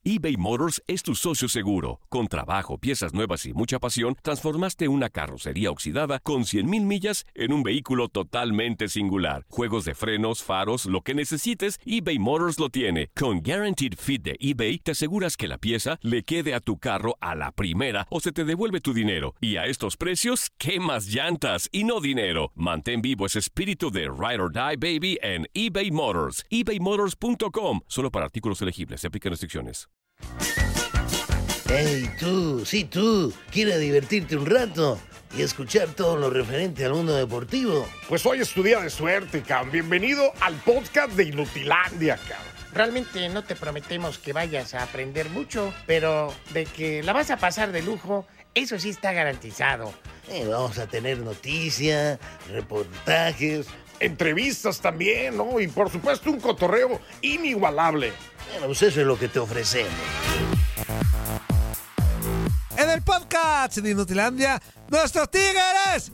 eBay Motors es tu socio seguro. Con trabajo, piezas nuevas y mucha pasión, transformaste una carrocería oxidada con 100,000 millas en un vehículo totalmente singular. Juegos de frenos, faros, lo que necesites, eBay Motors lo tiene. Con Guaranteed Fit de eBay, te aseguras que la pieza le quede a tu carro a la primera o se te devuelve tu dinero. Y a estos precios, ¿qué más llantas y no dinero? Mantén vivo ese espíritu de Ride or Die, baby, en eBay Motors. ebaymotors.com. Solo para artículos elegibles. Se aplican restricciones. Hey, tú, sí tú, ¿quieres divertirte un rato y escuchar todo lo referente al mundo deportivo? Pues hoy es tu día de suerte, cabrón. Bienvenido al podcast de Inutilandia, cabrón. Realmente no te prometemos que vayas a aprender mucho, pero de que la vas a pasar de lujo, eso sí está garantizado. Vamos a tener noticias, reportajes, Entrevistas también, ¿no? Y por supuesto un cotorreo inigualable. Bueno, pues eso es lo que te ofrecemos. En el podcast de Inutilandia, nuestros Tigres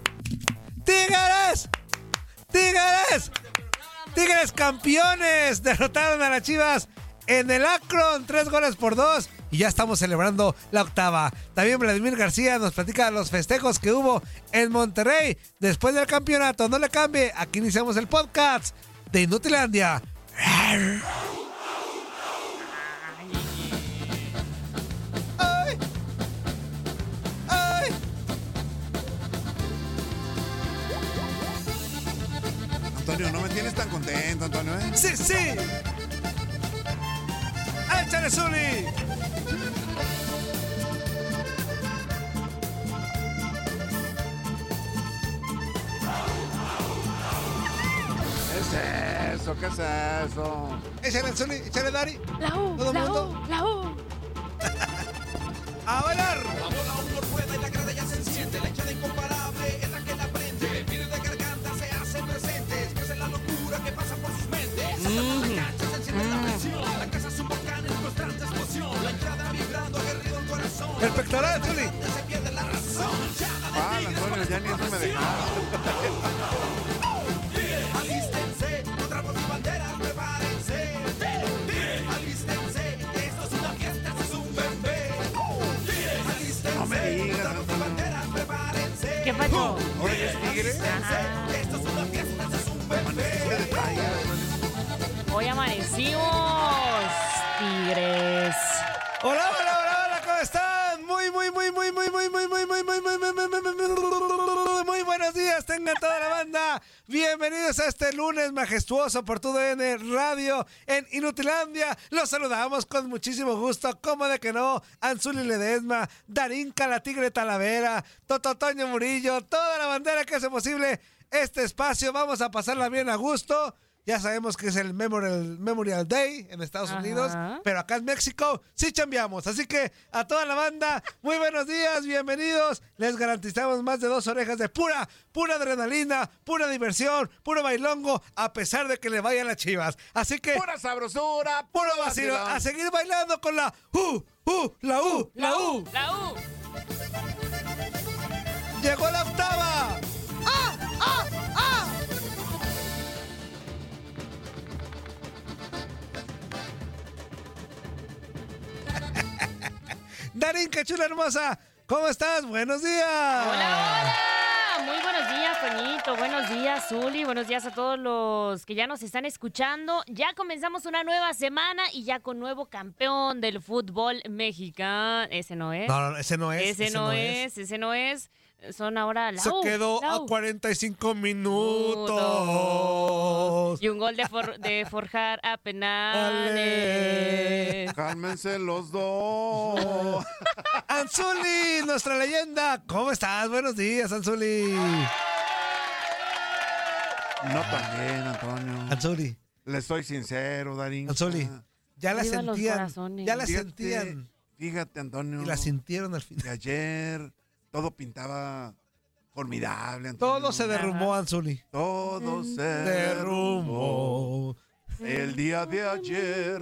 campeones derrotaron a las Chivas en el Akron, 3-2 y ya estamos celebrando la octava. También Vladimir García nos platica de los festejos que hubo en Monterrey después del campeonato. No le cambie, aquí iniciamos el podcast de Inutilandia. Antonio, no me tienes tan contento, Antonio, ¿eh? ¡Sí! ¡Échale, Zuli! ¿Qué es eso? ¿Qué es eso? ¡Échale, Zuli! ¡Échale, Dari! La U, ¿Todo la mundo? U, la U. ¡A bailar! La bola aún no rueda y la grada ya se enciende. La hinchada incomparable es la que la prende. Virus de garganta se hacen presentes. Crece la locura que pasa por sus mentes. La cancha se enciende la presión. La casa es un volcán en constante explosión. La hinchada vibrando, aguerrido el corazón. ¡El pectoral, Zuli! Se pierde la razón. Antonio, ya ni eso me dejaron. Alístense, contra por sus banderas, prepárense. Alístense, que esto es una fiesta, esto es un bebé. Alístense, No me digas, contra por sus Antonio. banderas, prepárense. ¿Qué pasó? ¿Ahora ya es Tigre? Esto es una fiesta, esto es un bebé. Hoy amanecimos, Tigres. ¡Hola, ¿cómo están? Muy buenos días, tengan toda la banda. Bienvenidos a este lunes majestuoso por TUDN Radio en Inutilandia. Los saludamos con muchísimo gusto, como de que no, Anzuli Ledesma, Darinka, la Tigre Talavera, Toño Murillo, toda la bandera que hace posible este espacio. Vamos a pasarla bien a gusto. Ya sabemos que es el Memorial Day en Estados Unidos, pero acá en México sí chambeamos. Así que a toda la banda, muy buenos días, bienvenidos. Les garantizamos más de 2 orejas de pura adrenalina, pura diversión, puro bailongo, a pesar de que le vayan las Chivas. Así que Pura sabrosura, puro vacilo, a seguir bailando con la la U. La U. Llegó la octava. Darinka, chula hermosa, ¿cómo estás? Buenos días. Hola. Muy buenos días, Toñito. Buenos días, Zuli. Buenos días a todos los que ya nos están escuchando. Ya comenzamos una nueva semana y ya con nuevo campeón del fútbol mexicano. Ese no es. No, ese no es. Ese no es. Son ahora la Se U. quedó la a U. 45 minutos. Y un gol de Forjar a penales. Cálmense los dos. Anzuli, nuestra leyenda. ¿Cómo estás? Buenos días, Anzuli. No tan bien, Antonio. Anzuli. Le soy sincero, Darín. Anzuli. Ya la Arriba los sentían. corazones. Ya la Fíjate, sentían. Fíjate, Antonio. Y la sintieron al Que final. ayer todo pintaba formidable, Antonio. Todo se derrumbó, Anzuli. Todo se Derrumbó. El día de ayer.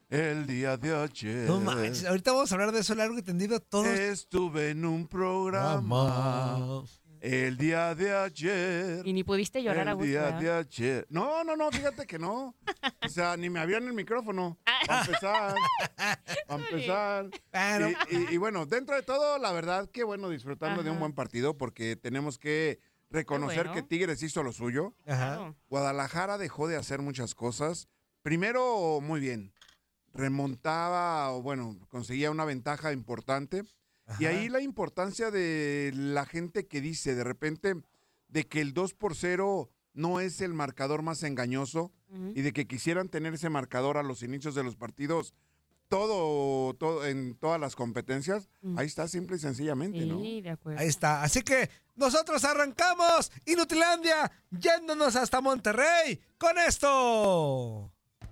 No manches, ahorita vamos a hablar de eso largo y tendido. Todos. Estuve en un programa. Mamá. El día de ayer. Y ni pudiste llorar a El gusto, día ¿verdad? de ayer. No, fíjate que no. O sea, ni me abrían el micrófono. Para empezar. Para empezar. Bueno. Y bueno, dentro de todo, la verdad, que bueno, disfrutando de un Ajá. buen partido, porque tenemos que reconocer bueno. que Tigres hizo lo suyo. Ajá. Guadalajara dejó de hacer muchas cosas. Primero, muy bien. Remontaba, o bueno, conseguía una ventaja importante. Y ahí la importancia de la gente que dice de repente de que el 2-0 no es el marcador más engañoso y de que quisieran tener ese marcador a los inicios de los partidos, todo en todas las competencias. Ahí está, simple y sencillamente, ¿no? Sí, de acuerdo. Ahí está. Así que nosotros arrancamos Inutilandia yéndonos hasta Monterrey con esto.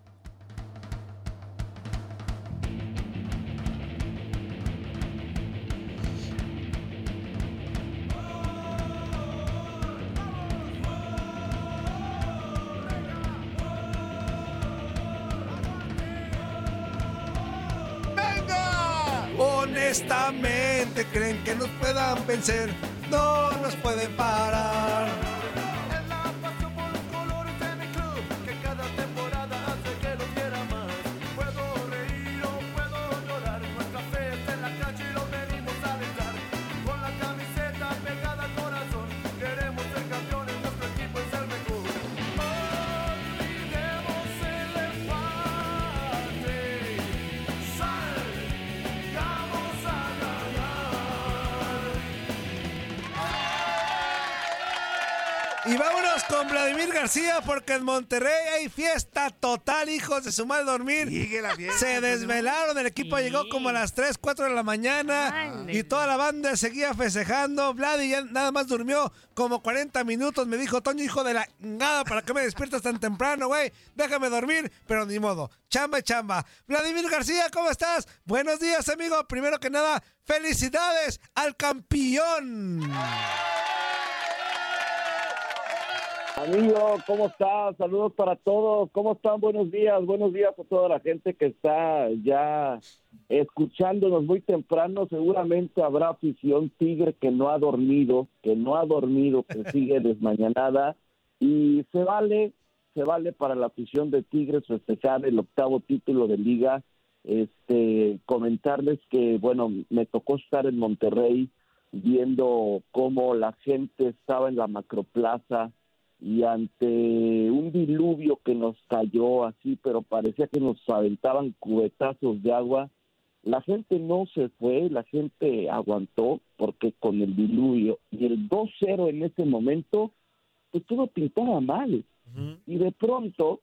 Honestamente creen que nos puedan vencer, no nos pueden parar. Es la pasión por los colores de mi club que cada temporada hace que lo quiera más. Puedo reír o puedo llorar. Nuestra fe está en la calle y lo venimos a alentar. Con la camiseta pegada al corazón, queremos ser campeones, nuestro equipo es el mejor. Olvidemos el empate, salgamos a ganar. Y vámonos con Vladimir García porque en Monterrey hay fiesta total, hijos de su mal dormir. Sigue la fiesta, Se Antonio. desvelaron, el equipo Sí. llegó como a las 3, 4 de la mañana Ándale. y toda la banda seguía festejando. Vladi ya nada más durmió como 40 minutos. Me dijo, Toño, hijo de la nada, ¿para qué me despiertas tan temprano, güey? Déjame dormir, pero ni modo. Chamba y chamba. Vladimir García, ¿cómo estás? Buenos días, amigo. Primero que nada, felicidades al campeón. Amigo, ¿cómo estás? Saludos para todos. ¿Cómo están? Buenos días a toda la gente que está ya escuchándonos muy temprano. Seguramente habrá afición tigre que no ha dormido, que sigue desmañanada. Y se vale para la afición de Tigres festejar el 8º título de liga. Comentarles que, bueno, me tocó estar en Monterrey viendo cómo la gente estaba en la macroplaza y ante un diluvio que nos cayó así, pero parecía que nos aventaban cubetazos de agua. La gente no se fue, la gente aguantó, porque con el diluvio y el 2-0 en ese momento, pues todo pintaba mal. Y de pronto,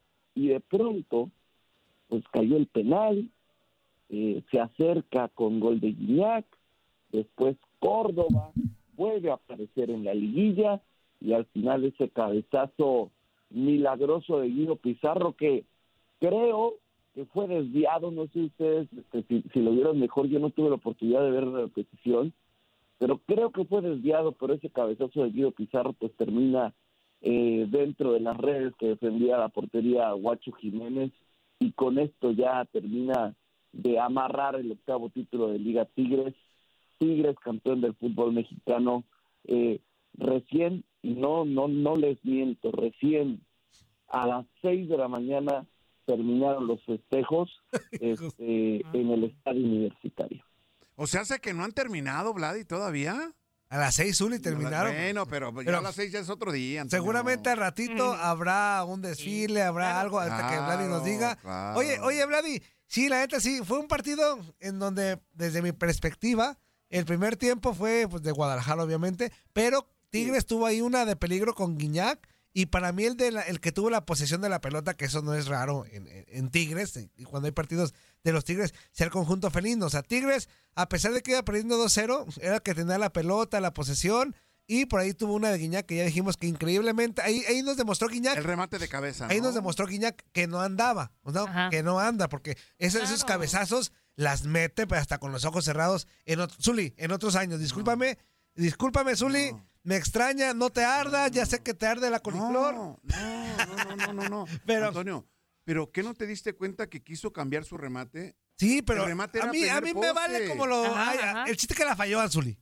pues cayó el penal, se acerca con gol de Gignac, después Córdoba vuelve a aparecer en la liguilla, y al final ese cabezazo milagroso de Guido Pizarro que creo que fue desviado, no sé ustedes si lo vieron mejor, yo no tuve la oportunidad de ver la repetición, pero creo que fue desviado, pero ese cabezazo de Guido Pizarro pues termina dentro de las redes que defendía la portería Guacho Jiménez, y con esto ya termina de amarrar el 8º título de Liga Tigres campeón del fútbol mexicano. Recién, y no les miento, recién a las 6 de la mañana terminaron los festejos en el estadio universitario. O sea, hace que no han terminado, Vladi, todavía. A las 6, Zuli, terminaron. Bueno, pero ya a las 6 ya es otro día. Antonio. Seguramente al ratito habrá un desfile, habrá algo hasta que Vladi nos diga. Claro. Oye, Vladi, sí, la neta sí, fue un partido en donde, desde mi perspectiva, el primer tiempo fue pues, de Guadalajara, obviamente, pero Tigres tuvo ahí una de peligro con Gignac, y para mí el que tuvo la posesión de la pelota, que eso no es raro en Tigres, y cuando hay partidos de los Tigres, sea el conjunto felino. O sea, Tigres, a pesar de que iba perdiendo 2-0, era el que tenía la pelota, la posesión, y por ahí tuvo una de Gignac que ya dijimos que increíblemente, ahí nos demostró Gignac. El remate de cabeza, Ahí ¿no? nos demostró Gignac que no andaba, ¿no? Ajá. Que no anda, porque esos cabezazos las mete pues, hasta con los ojos cerrados Zuli, en otros años. Discúlpame, Zuli, me extraña, no te ardas, ya sé que te arde la coliflor. No. Pero, Antonio, ¿pero qué no te diste cuenta que quiso cambiar su remate? sí, pero El remate a era mí primer me poste. vale como lo... Ajá. El chiste que la falló a Zuli.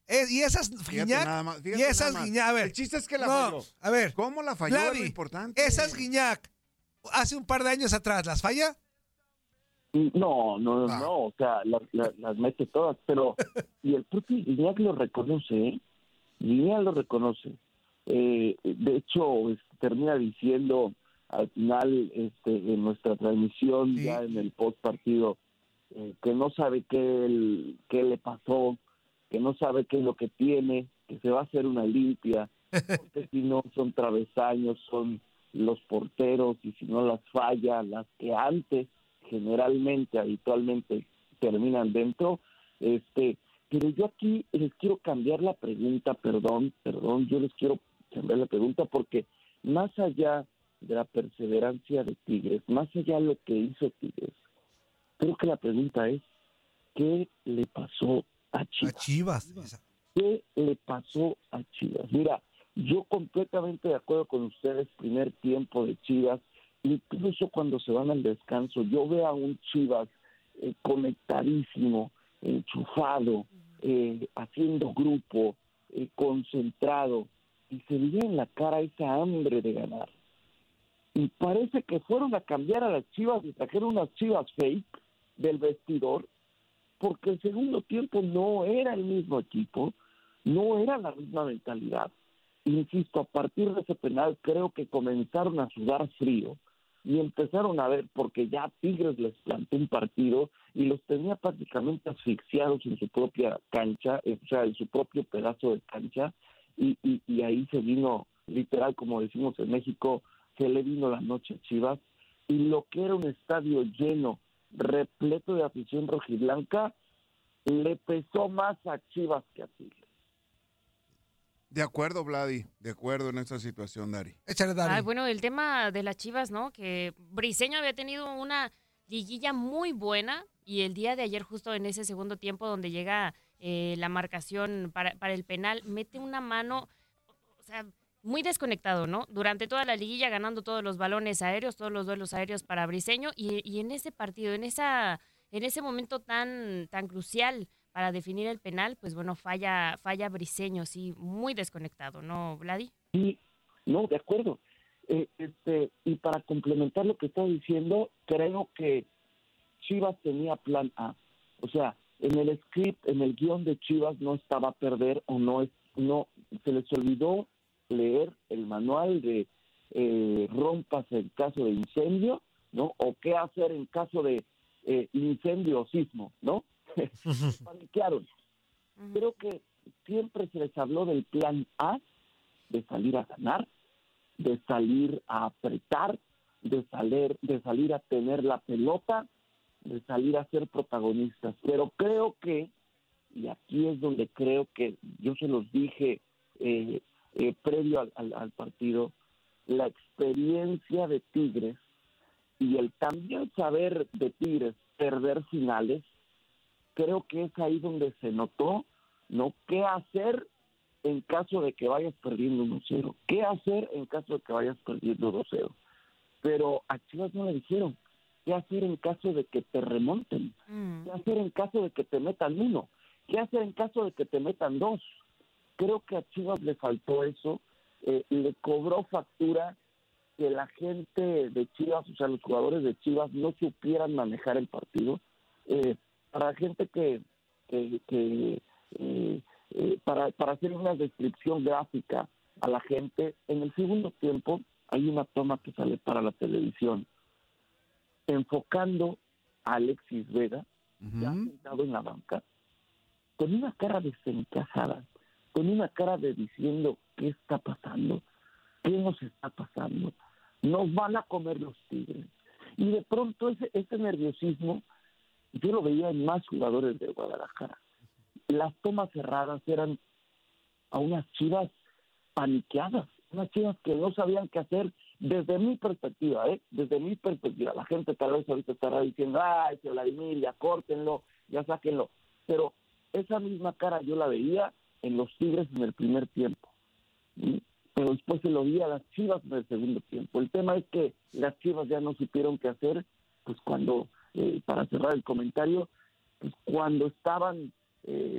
Y esas Guiñac, y esas Guiñac, a ver. El chiste es que la falló. A ver. ¿Cómo la falló? Vladi, Es lo importante. esas Guiñac, hace un par de años atrás, ¿las falla? No, o sea, las mete todas, pero y el propio Guiñac lo reconoce, ¿eh? Guiñac lo reconoce. De hecho, termina diciendo al final en nuestra transmisión, ya en el post partido, que no sabe qué le pasó, que no sabe qué es lo que tiene, que se va a hacer una limpia, porque si no son travesaños, son los porteros, y si no las falla, las que antes generalmente, habitualmente terminan dentro. Pero yo aquí les quiero cambiar la pregunta, perdón, yo les quiero cambiar la pregunta porque más allá de la perseverancia de Tigres, más allá de lo que hizo Tigres, creo que la pregunta es, ¿qué le pasó a Chivas? ¿Qué le pasó a Chivas? Mira, yo completamente de acuerdo con ustedes, primer tiempo de Chivas, incluso cuando se van al descanso, yo veo a un Chivas conectadísimo, enchufado, haciendo grupo, concentrado, y se veía en la cara esa hambre de ganar. Y parece que fueron a cambiar a las Chivas y trajeron unas Chivas fake del vestidor, porque el segundo tiempo no era el mismo equipo, no era la misma mentalidad. Insisto, a partir de ese penal creo que comenzaron a sudar frío y empezaron a ver, porque ya Tigres les planteó un partido y los tenía prácticamente asfixiados en su propia cancha, o sea, en su propio pedazo de cancha, y ahí se vino, literal, como decimos en México, se le vino la noche a Chivas, y lo que era un estadio lleno, repleto de afición rojiblanca, le pesó más a Chivas que a Tigres. De acuerdo, Vladi, de acuerdo en esta situación, Dari. Échale, Dari. Ay, bueno, el tema de las Chivas, ¿no? Que Briseño había tenido una liguilla muy buena y el día de ayer, justo en ese segundo tiempo donde llega la marcación para el penal, mete una mano, o sea, muy desconectado, ¿no? Durante toda la liguilla ganando todos los balones aéreos, todos los duelos aéreos para Briseño y en ese partido, en ese momento tan crucial para definir el penal, pues bueno, falla Briseño, sí, muy desconectado, ¿no, Vladi? Sí, no, de acuerdo. Y para complementar lo que estás diciendo, creo que Chivas tenía plan A. O sea, en el script, en el guión de Chivas no estaba perder o no se les olvidó leer el manual de rompas en caso de incendio, ¿no? O qué hacer en caso de incendio o sismo, ¿no? Paniquearon. Creo que siempre se les habló del plan A, de salir a ganar, de salir a apretar, de salir a tener la pelota, de salir a ser protagonistas. Pero creo que, y aquí es donde creo que yo se los dije previo al partido, la experiencia de Tigres y el también saber de Tigres perder finales, creo que es ahí donde se notó, ¿no? ¿Qué hacer en caso de que vayas perdiendo 1-0? ¿Qué hacer en caso de que vayas perdiendo 2-0? Pero a Chivas no le dijeron qué hacer en caso de que te remonten, qué hacer en caso de que te metan 1, qué hacer en caso de que te metan 2. Creo que a Chivas le faltó eso, le cobró factura que la gente de Chivas, o sea, los jugadores de Chivas no supieran manejar el partido. Para gente para hacer una descripción gráfica a la gente, en el segundo tiempo hay una toma que sale para la televisión enfocando a Alexis Vega, ya sentado en la banca, con una cara desencajada, con una cara de diciendo ¿qué está pasando? ¿Qué nos está pasando? Nos van a comer los Tigres. Y de pronto ese nerviosismo yo lo veía en más jugadores de Guadalajara. Las tomas cerradas eran a unas Chivas paniqueadas, unas Chivas que no sabían qué hacer desde mi perspectiva, desde mi perspectiva. La gente tal vez ahorita estará diciendo, ay, ese Vladimir, ya córtenlo, ya sáquenlo. Pero esa misma cara yo la veía en los Tigres en el primer tiempo. ¿Sí? Pero después se lo vi a las Chivas en el segundo tiempo. El tema es que las Chivas ya no supieron qué hacer, pues cuando, para cerrar el comentario, pues cuando estaban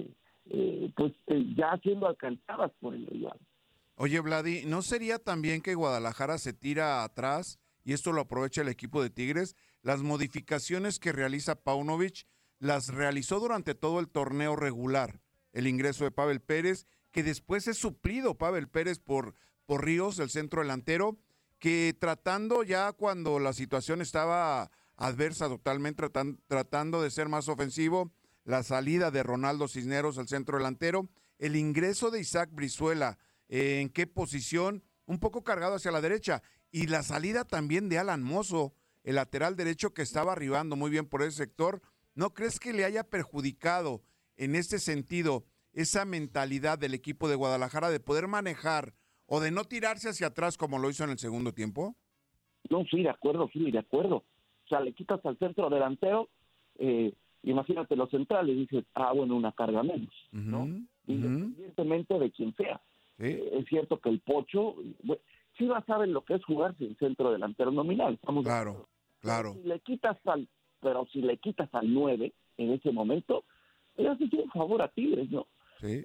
ya siendo alcanzadas por el rival. Oye, Vladi, ¿no sería también que Guadalajara se tira atrás y esto lo aprovecha el equipo de Tigres? Las modificaciones que realiza Paunovic las realizó durante todo el torneo regular. El ingreso de Pavel Pérez, que después es suplido Pavel Pérez por Ríos, el centro delantero, que tratando ya cuando la situación estaba adversa totalmente, tratando de ser más ofensivo, la salida de Ronaldo Cisneros, el centro delantero, el ingreso de Isaac Brizuela, en qué posición, un poco cargado hacia la derecha, y la salida también de Alan Mozo, el lateral derecho que estaba arribando muy bien por ese sector. ¿No crees que le haya perjudicado en este sentido esa mentalidad del equipo de Guadalajara de poder manejar o de no tirarse hacia atrás como lo hizo en el segundo tiempo? No, sí, de acuerdo. O sea, le quitas al centro delantero, imagínate los centrales, dices, bueno, una carga menos, ¿no? Independientemente de quien sea. Sí. Es cierto que el Pocho, Chivas sabe lo que es jugar sin centro delantero nominal. Claro. Pero si le quitas al 9 en ese momento, le haces un favor a Tigres, ¿no? Sí.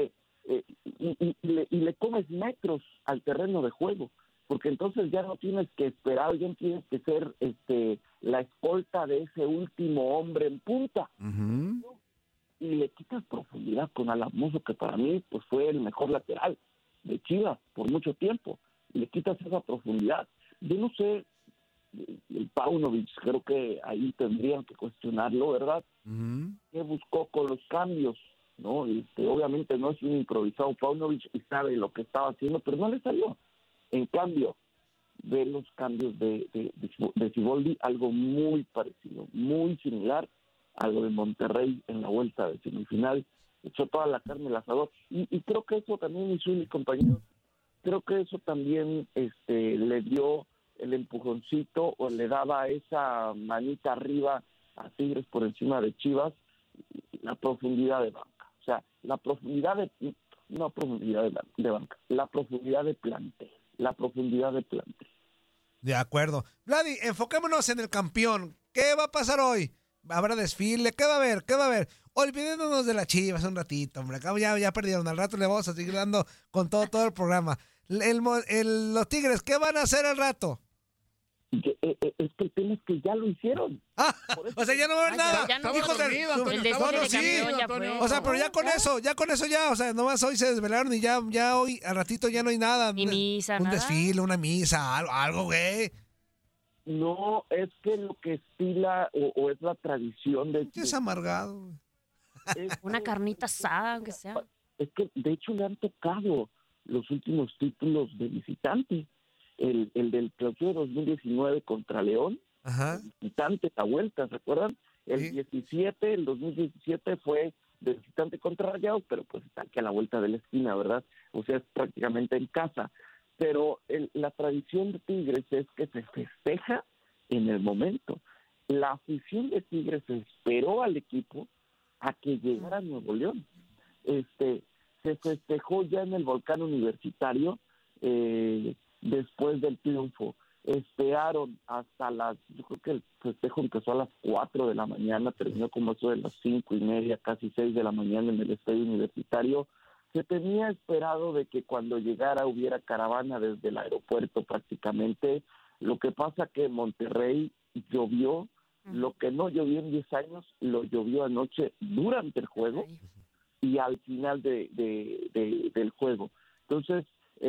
Y le comes metros al terreno de juego, porque entonces ya no tienes que esperar, ya tienes que ser la escolta de ese último hombre en punta. ¿No? Y le quitas profundidad con Alan Mozo, que para mí pues fue el mejor lateral de Chivas por mucho tiempo. Y le quitas esa profundidad. Yo no sé, el Paunovic, creo que ahí tendrían que cuestionarlo, ¿verdad? ¿Qué buscó con los cambios? ¿No? Obviamente no es un improvisado Paunovic y sabe lo que estaba haciendo, pero no le salió. En cambio, de los cambios de Siboldi, algo muy parecido, muy similar a lo de Monterrey en la vuelta de semifinal, echó toda la carne al asador, y creo que eso también, mis compañeros, creo que eso también le dio el empujoncito o le daba esa manita arriba a Tigres por encima de Chivas, la profundidad de banca, o sea, la profundidad de banca, la profundidad de plantel. De acuerdo. Vladi, enfoquémonos en el campeón. ¿Qué va a pasar hoy? ¿Habrá desfile? ¿Qué va a haber? Olvidémonos de las Chivas un ratito, hombre. Acá ya perdieron. Al rato le vamos a seguir dando con todo el programa. Los Tigres, ¿qué van a hacer al rato? Es que el tema es que ya lo hicieron. O sea, ya no va a haber nada. O sea, pero ya con eso ya, o sea, nomás hoy se desvelaron y ya hoy, al ratito ya no hay nada. Ni misa, un nada. desfile, una misa, algo, güey. No, es que lo que estila o es la tradición de... Es amargado. Una carnita asada, aunque sea. Es que, de hecho, le han tocado los últimos títulos de visitante. El del Clausura 2019 contra León, visitante, la vuelta, ¿se acuerdan? El 2017 fue de visitante contra Rayados, pero pues está aquí a la vuelta de la esquina, ¿verdad? O sea, es prácticamente en casa. Pero la tradición de Tigres es que se festeja en el momento. La afición de Tigres esperó al equipo a que llegara a Nuevo León. Se festejó ya en el Volcán Universitario después del triunfo. Esperaron hasta yo creo que el festejo empezó a las 4 de la mañana, terminó como eso de las 5:30, casi 6 de la mañana en el estadio universitario. Se tenía esperado de que cuando llegara hubiera caravana desde el aeropuerto prácticamente. Lo que pasa que en Monterrey llovió, lo que no llovió en 10 años, lo llovió anoche durante el juego y al final del juego. Entonces,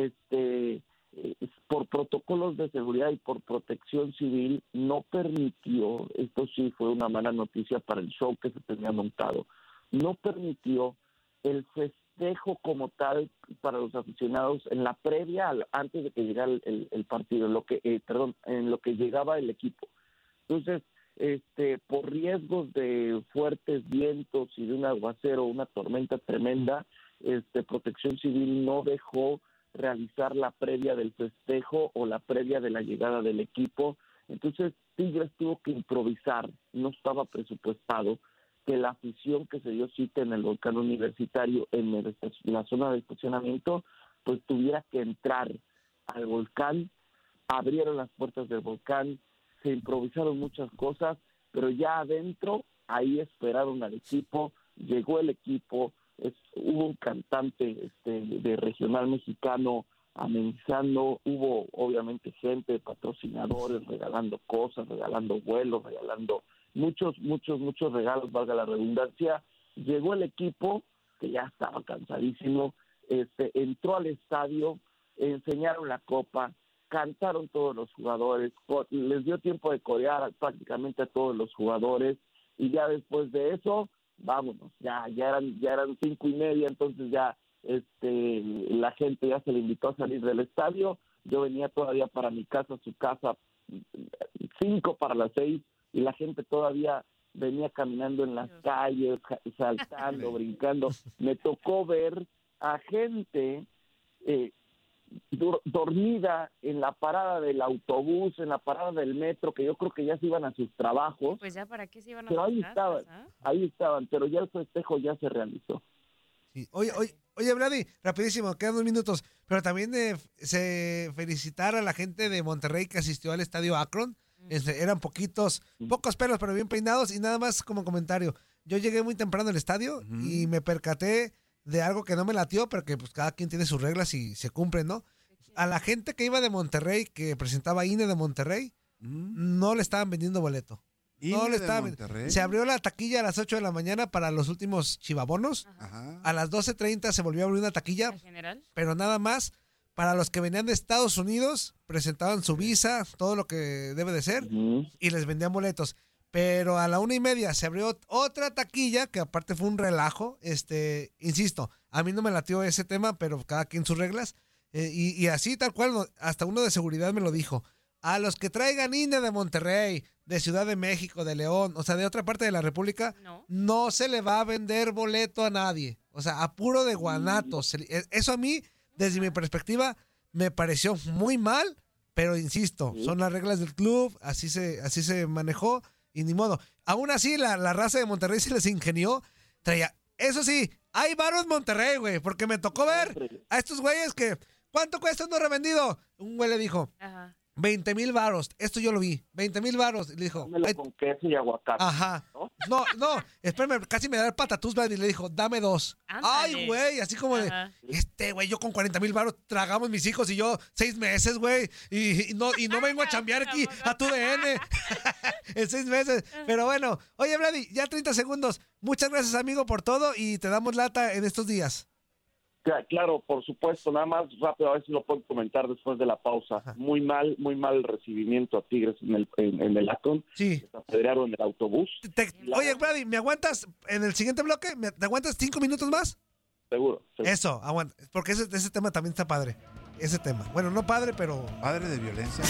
por protocolos de seguridad y por protección civil, no permitió, esto sí fue una mala noticia para el show que se tenía montado, no permitió el festejo como tal para los aficionados en la previa, antes de que llegara el partido, en lo que llegaba el equipo. Entonces, por riesgos de fuertes vientos y de un aguacero, una tormenta tremenda, Protección Civil no dejó realizar la previa del festejo o la previa de la llegada del equipo. Entonces Tigres tuvo que improvisar, no estaba presupuestado que la afición que se dio cita en el Volcán Universitario, en la zona de estacionamiento, pues tuviera que entrar al volcán. Abrieron las puertas del volcán, se improvisaron muchas cosas, pero ya adentro, ahí esperaron al equipo, llegó el equipo, hubo un cantante de regional mexicano amenizando, hubo obviamente gente, patrocinadores, regalando cosas, regalando vuelos, regalando muchos regalos, valga la redundancia. Llegó el equipo, que ya estaba cansadísimo, entró al estadio, enseñaron la copa, cantaron todos los jugadores, les dio tiempo de corear prácticamente a todos los jugadores, y ya después de eso, vámonos, ya eran 5:30, entonces ya la gente ya se le invitó a salir del estadio. Yo venía todavía para mi casa, su casa, 5 para las 6, y la gente todavía venía caminando en las calles, saltando, brincando. Me tocó ver a gente dormida en la parada del autobús, en la parada del metro, que yo creo que ya se iban a sus trabajos. Pues ya, ¿para qué se iban a pero sus casas, ahí estaban, pero ya el festejo ya se realizó. Sí. Oye, Vladi, rapidísimo, quedan 2 minutos, pero también se felicitar a la gente de Monterrey que asistió al estadio Akron. Eran pocos pelos, pero bien peinados. Y nada más como comentario, yo llegué muy temprano al estadio y me percaté de algo que no me latió, pero que pues cada quien tiene sus reglas y se cumplen, ¿no? A la gente que iba de Monterrey, que presentaba INE de Monterrey, no le estaban vendiendo boleto. No le estaban. Se abrió la taquilla a las 8 de la mañana para los últimos chivabonos. Ajá. A las 12:30 se volvió a abrir una taquilla, general, pero nada más para los que venían de Estados Unidos, presentaban su visa, todo lo que debe de ser, y les vendían boletos. Pero a la 1:30 se abrió otra taquilla, que aparte fue un relajo. Insisto, a mí no me latió ese tema, pero cada quien sus reglas. Y así tal cual, hasta uno de seguridad me lo dijo. A los que traigan INE de Monterrey, de Ciudad de México, de León, o sea, de otra parte de la República, no se le va a vender boleto a nadie. O sea, a puro de guanatos. Eso a mí, desde mi perspectiva, me pareció muy mal, pero insisto, son las reglas del club, así se manejó, y ni modo. Aún así, la raza de Monterrey se les ingenió. Eso sí, hay varos en Monterrey, güey, porque me tocó ver a estos güeyes que, ¿cuánto cuesta uno revendido? Un güey le dijo, 20,000 varos. Esto yo lo vi, 20,000 varos. Y le dijo, con queso y aguacate. Ajá. No, espérame, casi me da el patatús, y le dijo, dame 2. Ándale. Ay, güey, así como de, güey, yo con 40,000 varos tragamos mis hijos y yo 6 meses, güey, y no vengo a chambear aquí a tu DN en 6 meses. Pero bueno, oye, Vladi, ya 30 segundos. Muchas gracias, amigo, por todo, y te damos lata en estos días. Claro, por supuesto, nada más rápido, a ver si lo puedo comentar después de la pausa. Muy mal el recibimiento a Tigres en el Akron. Sí. Se apedrearon en el autobús. Oye, Vladi, ¿me aguantas en el siguiente bloque? ¿Te aguantas 5 minutos más? Seguro. Eso, aguanta, porque ese tema también está padre. Ese tema. Bueno, no padre, pero... Padre de violencia.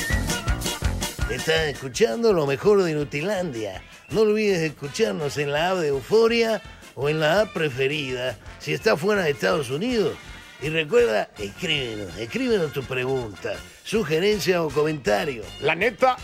Estás escuchando lo mejor de Inutilandia. No olvides escucharnos en la app de Euforia o en la app preferida si estás fuera de Estados Unidos. Y recuerda, escríbenos tu pregunta, sugerencia o comentario. La neta,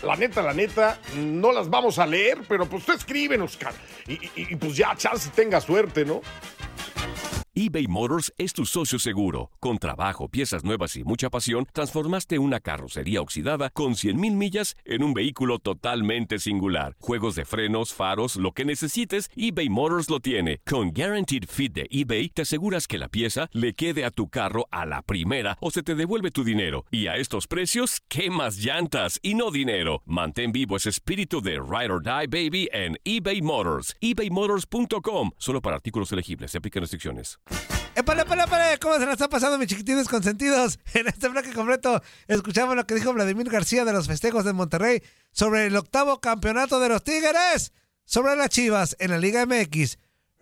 no las vamos a leer, pero pues tú escríbenos, cara. Y pues ya, chance tenga suerte, ¿no? eBay Motors es tu socio seguro. Con trabajo, piezas nuevas y mucha pasión, transformaste una carrocería oxidada con 100,000 millas en un vehículo totalmente singular. Juegos de frenos, faros, lo que necesites, eBay Motors lo tiene. Con Guaranteed Fit de eBay, te aseguras que la pieza le quede a tu carro a la primera o se te devuelve tu dinero. Y a estos precios, ¿qué más llantas y no dinero? Mantén vivo ese espíritu de Ride or Die, baby, en eBay Motors. ebaymotors.com. Solo para artículos elegibles. Se aplican restricciones. ¡Épale! ¿Cómo se la están pasando, mis chiquitines consentidos? En este bloque completo escuchamos lo que dijo Vladimir García de los festejos de Monterrey sobre el 8º campeonato de los Tigres sobre las Chivas en la Liga MX.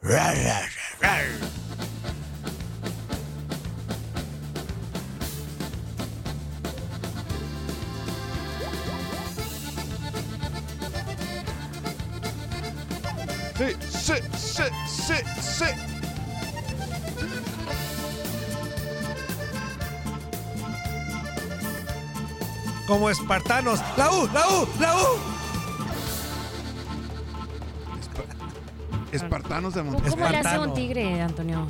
Sí. Como espartanos. ¡La U! Espartanos de Monterrey. ¿Cómo le hace un tigre, Antonio?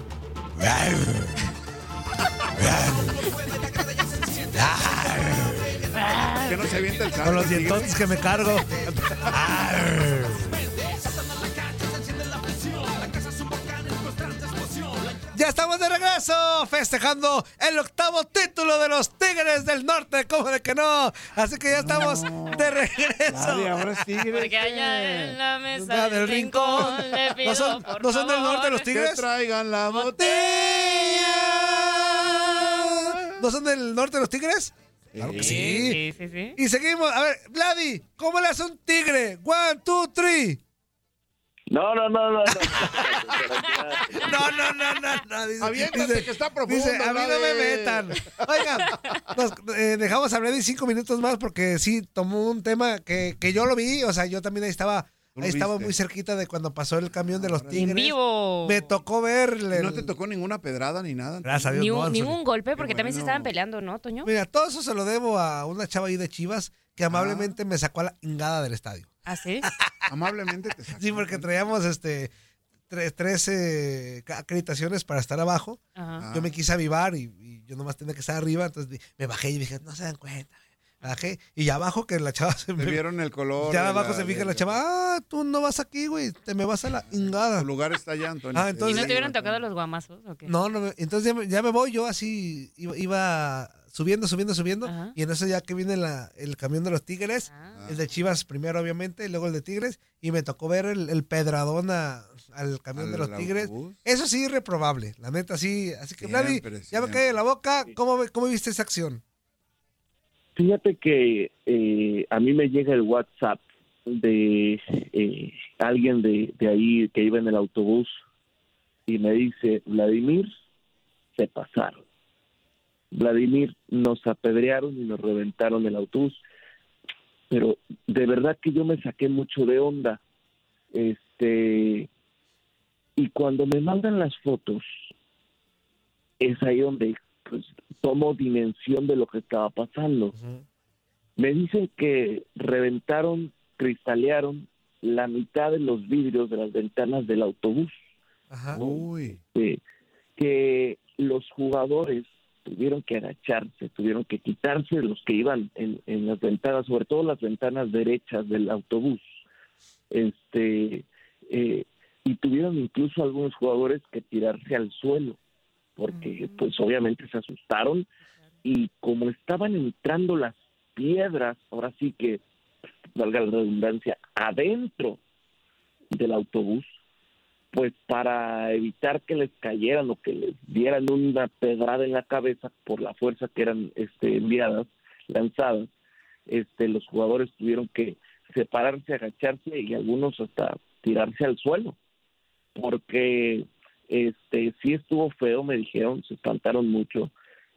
Que no se avienta el salto. Con los dientotes que me cargo. Ya estamos de regreso, festejando el 8º título de los Tigres del Norte, ¿cómo de que no? Así que ya estamos de regreso. Ahora es Tigres. Porque allá en la mesa del rincón le pido, ¿No son del favor, norte los Que Tigres? traigan la botella. ¿No son del norte los Tigres? Claro que sí. Sí. Y seguimos, a ver, Vladi, ¿cómo le hace un tigre? 1, 2, 3. No. No. Dice, Aviéntate, que está profundo. Dice, a mí no me Vladi. metan. Oigan, nos dejamos a Vladi 5 minutos más porque sí tomó un tema que yo lo vi, o sea, yo también ahí estaba viste? muy cerquita de cuando pasó el camión de los Tigres. En vivo. Me tocó verle. ¿No te tocó ninguna pedrada ni nada? Gracias a Dios, Ni no, un, Anzuli. ningún golpe, porque Qué también se bueno. estaban peleando, ¿no, Toño? Mira, todo eso se lo debo a una chava ahí de Chivas que amablemente me sacó a la ingada del estadio. ¿Ah, sí? Amablemente te sacó. Sí, porque traíamos tres acreditaciones para estar abajo. Ajá. Yo me quise avivar y yo nomás tenía que estar arriba, entonces me bajé y dije, no se dan cuenta. Bajé y ya abajo que la chava se Te vieron el color. Ya de abajo se fija la chava, tú no vas aquí, güey, te me vas a la ingada. Tu lugar está allá, Antonio. Ah, entonces- ¿Y no te hubieran tocado los guamazos o qué? No, entonces ya me voy, yo así iba subiendo, Ajá. y en eso ya que viene el camión de los Tigres, Ah. el de Chivas primero obviamente, y luego el de Tigres, y me tocó ver el pedradón al camión de los ¿Al Tigres. autobús? Eso sí, irreprobable, la neta sí. Así que, Siempre, Vladi, ya me siempre. cae en la boca. ¿Cómo viste esa acción? Fíjate que a mí me llega el WhatsApp de alguien de ahí que iba en el autobús y me dice, Vladimir, se pasaron. Vladimir, nos apedrearon y nos reventaron el autobús. Pero de verdad que yo me saqué mucho de onda. Y cuando me mandan las fotos, es ahí donde pues, tomo dimensión de lo que estaba pasando. Me dicen que reventaron, cristalearon la mitad de los vidrios de las ventanas del autobús. Ajá. Uy. Que los jugadores tuvieron que agacharse, tuvieron que quitarse los que iban en las ventanas, sobre todo las ventanas derechas del autobús. Y tuvieron incluso algunos jugadores que tirarse al suelo, porque pues obviamente se asustaron y como estaban entrando las piedras, ahora sí que, valga la redundancia, adentro del autobús, pues para evitar que les cayeran o que les dieran una pedrada en la cabeza por la fuerza que eran lanzadas, los jugadores tuvieron que separarse, agacharse y algunos hasta tirarse al suelo, porque sí estuvo feo, me dijeron, se espantaron mucho.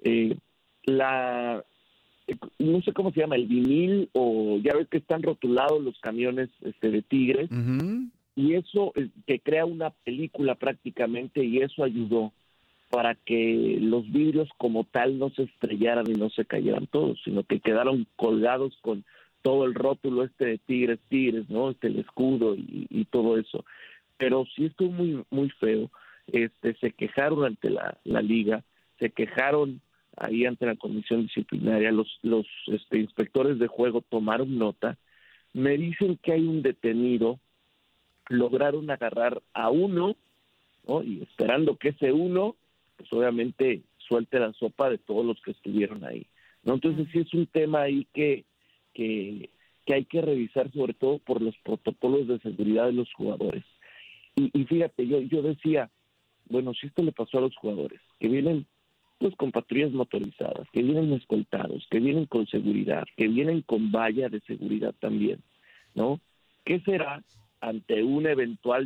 No sé cómo se llama, el vinil, o ya ves que están rotulados los camiones de Tigres, y eso que crea una película prácticamente, y eso ayudó para que los vidrios como tal no se estrellaran y no se cayeran todos, sino que quedaron colgados con todo el rótulo de Tigres, ¿no? El escudo y todo eso. Pero sí estuvo muy, muy feo. Se quejaron ante la liga, se quejaron ahí ante la comisión disciplinaria, los inspectores de juego tomaron nota, me dicen que hay un detenido, lograron agarrar a uno, ¿no? Y esperando que ese uno, pues obviamente suelte la sopa de todos los que estuvieron ahí, ¿no? Entonces sí es un tema ahí que hay que revisar, sobre todo por los protocolos de seguridad de los jugadores. Y fíjate, yo decía, bueno, si esto le pasó a los jugadores, que vienen pues con patrullas motorizadas, que vienen escoltados, que vienen con seguridad, que vienen con valla de seguridad también, ¿no? ¿Qué será ante un eventual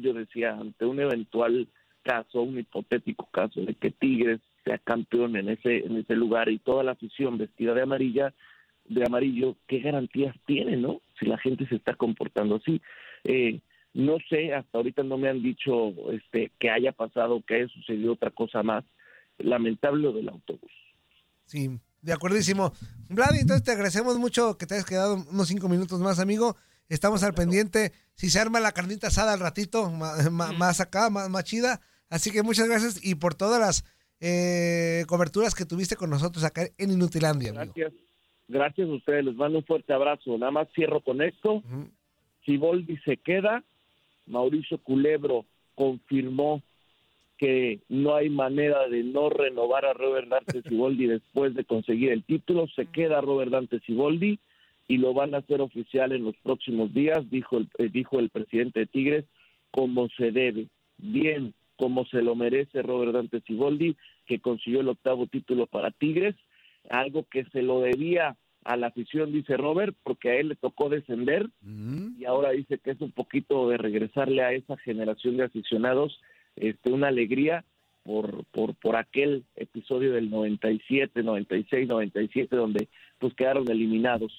caso, un hipotético caso de que Tigres sea campeón en ese lugar y toda la afición vestida de amarillo, qué garantías tiene, ¿no? Si la gente se está comportando así. No sé, hasta ahorita no me han dicho que haya pasado, que haya sucedido otra cosa más. Lamentable lo del autobús. Sí, de acuerdísimo. Vladi, entonces te agradecemos mucho que te hayas quedado unos 5 minutos más, amigo. Estamos al pendiente. Si se arma la carnita asada al ratito, más acá, más chida. Así que muchas gracias y por todas las coberturas que tuviste con nosotros acá en Inutilandia, amigo. Gracias a ustedes, les mando un fuerte abrazo. Nada más cierro con esto. Siboldi se queda, Mauricio Culebro confirmó que no hay manera de no renovar a Robert Dante Siboldi después de conseguir el título. Se queda Robert Dante Siboldi y lo van a hacer oficial en los próximos días, dijo el presidente de Tigres, como se debe, bien, como se lo merece Robert Dante Siboldi, que consiguió el 8º título para Tigres, algo que se lo debía a la afición, dice Robert, porque a él le tocó descender, y ahora dice que es un poquito de regresarle a esa generación de aficionados una alegría por aquel episodio del 97, 96, 97, donde pues quedaron eliminados.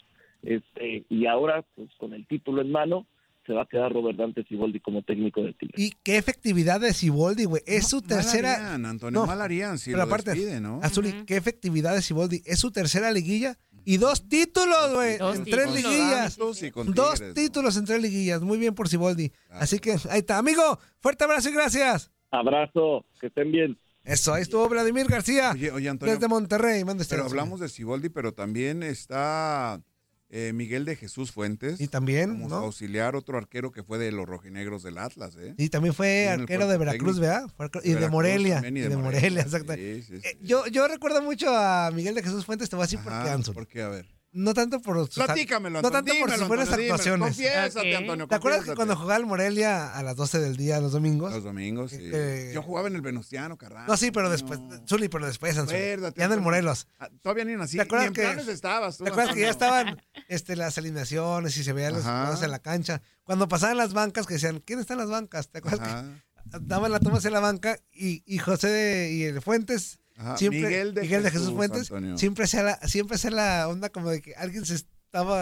Y ahora, pues con el título en mano, se va a quedar Robert Dante Siboldi como técnico de Tigres. Y qué efectividad de Siboldi, güey. Es su tercera... Mal harían, Antonio, mal harían si pero lo aparte, despide, ¿no? Azuli, qué efectividad de Siboldi. Es su tercera liguilla y 2 títulos, güey, en 3 liguillas. 2 títulos en 3 liguillas. Muy bien por Siboldi. Claro. Así que ahí está. Amigo, fuerte abrazo y gracias. Abrazo, que estén bien. Eso, ahí estuvo Vladimir García. Oye, Antonio, desde Monterrey. pero hablamos de Siboldi, pero también está Miguel de Jesús Fuentes. Y también, como ¿no? Auxiliar, otro arquero que fue de los rojinegros del Atlas, ¿eh? Y también fue en el arquero de cuerpo Veracruz, técnico. ¿verdad? Y de Veracruz Morelia. también, Y de Morelia, exacto. Sí, sí, sí. Yo recuerdo mucho a Miguel de Jesús Fuentes, te voy a decir por qué, Anson. ¿Por qué? A ver. No tanto por sus Platícamelo, no Antonio, tanto por sus dímelo, buenas Antonio, dímelo. actuaciones. Confiésate, Ok. Antonio, ¿Te acuerdas que confiésate. cuando jugaba el Morelia a las 12 del día los domingos? Los domingos, sí. Yo jugaba en el Venustiano, Carranza. No, sí, pero después, Zuli, pero después, Anson. Acuérdate, Ya en el Antonio. Morelos. Todavía ni nací. ¿Te acuerdas Ni en que- planes estabas tú, ¿Te acuerdas que ya Antonio? estaban las alineaciones y se veían los Ajá. jugadores en la cancha? Cuando pasaban las bancas que decían, ¿quién está en las bancas? ¿Te acuerdas Ajá. que daban la toma hacia la banca y José y el Fuentes, Ajá. siempre, Miguel de Jesús Jesús, Fuentes, Antonio. siempre hacía la onda como de que alguien se estaba...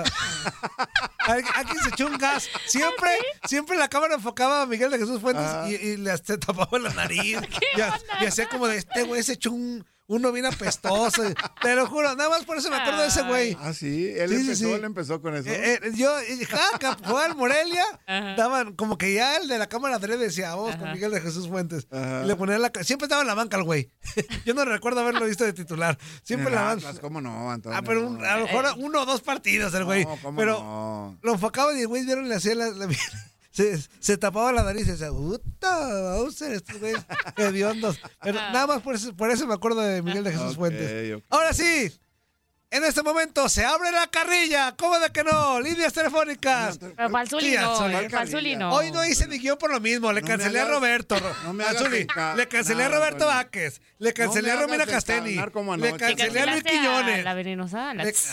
Alguien se echó un gas. Siempre la cámara enfocaba a Miguel de Jesús Fuentes y le se tapaba la nariz. Y hacía como de este güey se echó uno bien apestoso. Te lo juro, nada más por eso me acuerdo de ese güey. Ah, sí, él empezó con eso. Jugaba al Morelia, Ajá. daban como que ya el de la cámara adrede decía, vamos con Miguel de Jesús Fuentes. Ajá. Y le ponían siempre estaba en la banca el güey. Yo no recuerdo haberlo visto de titular. Siempre en la banca. ¿Cómo no, Antonio? Pero a lo mejor 1 o 2 partidos el güey. No, ¿cómo pero no? lo enfocaban y el güey le hacía se tapaba la nariz y decía, ¡puta! Bowser, estos güeyes hediondos. Pero nada más por eso me acuerdo de Miguel de Jesús Ok, Fuentes. ok. Ahora sí, en este momento se abre la carrilla. ¿Cómo de que no? Líneas telefónicas. Pero Falzuli Sí, no, Anzuli. Falzuli no. Hoy no hice ni guión por lo mismo. Le No me cancelé a hagas- Roberto. no me hagas Anzuli, enca- le cancelé a nada, Roberto Antonio. Vázquez. Le cancelé a me Romina hagas Casteni. encarnar como Le anoche. cancelé a Luis Cancelaste Quiñones. La venenosa.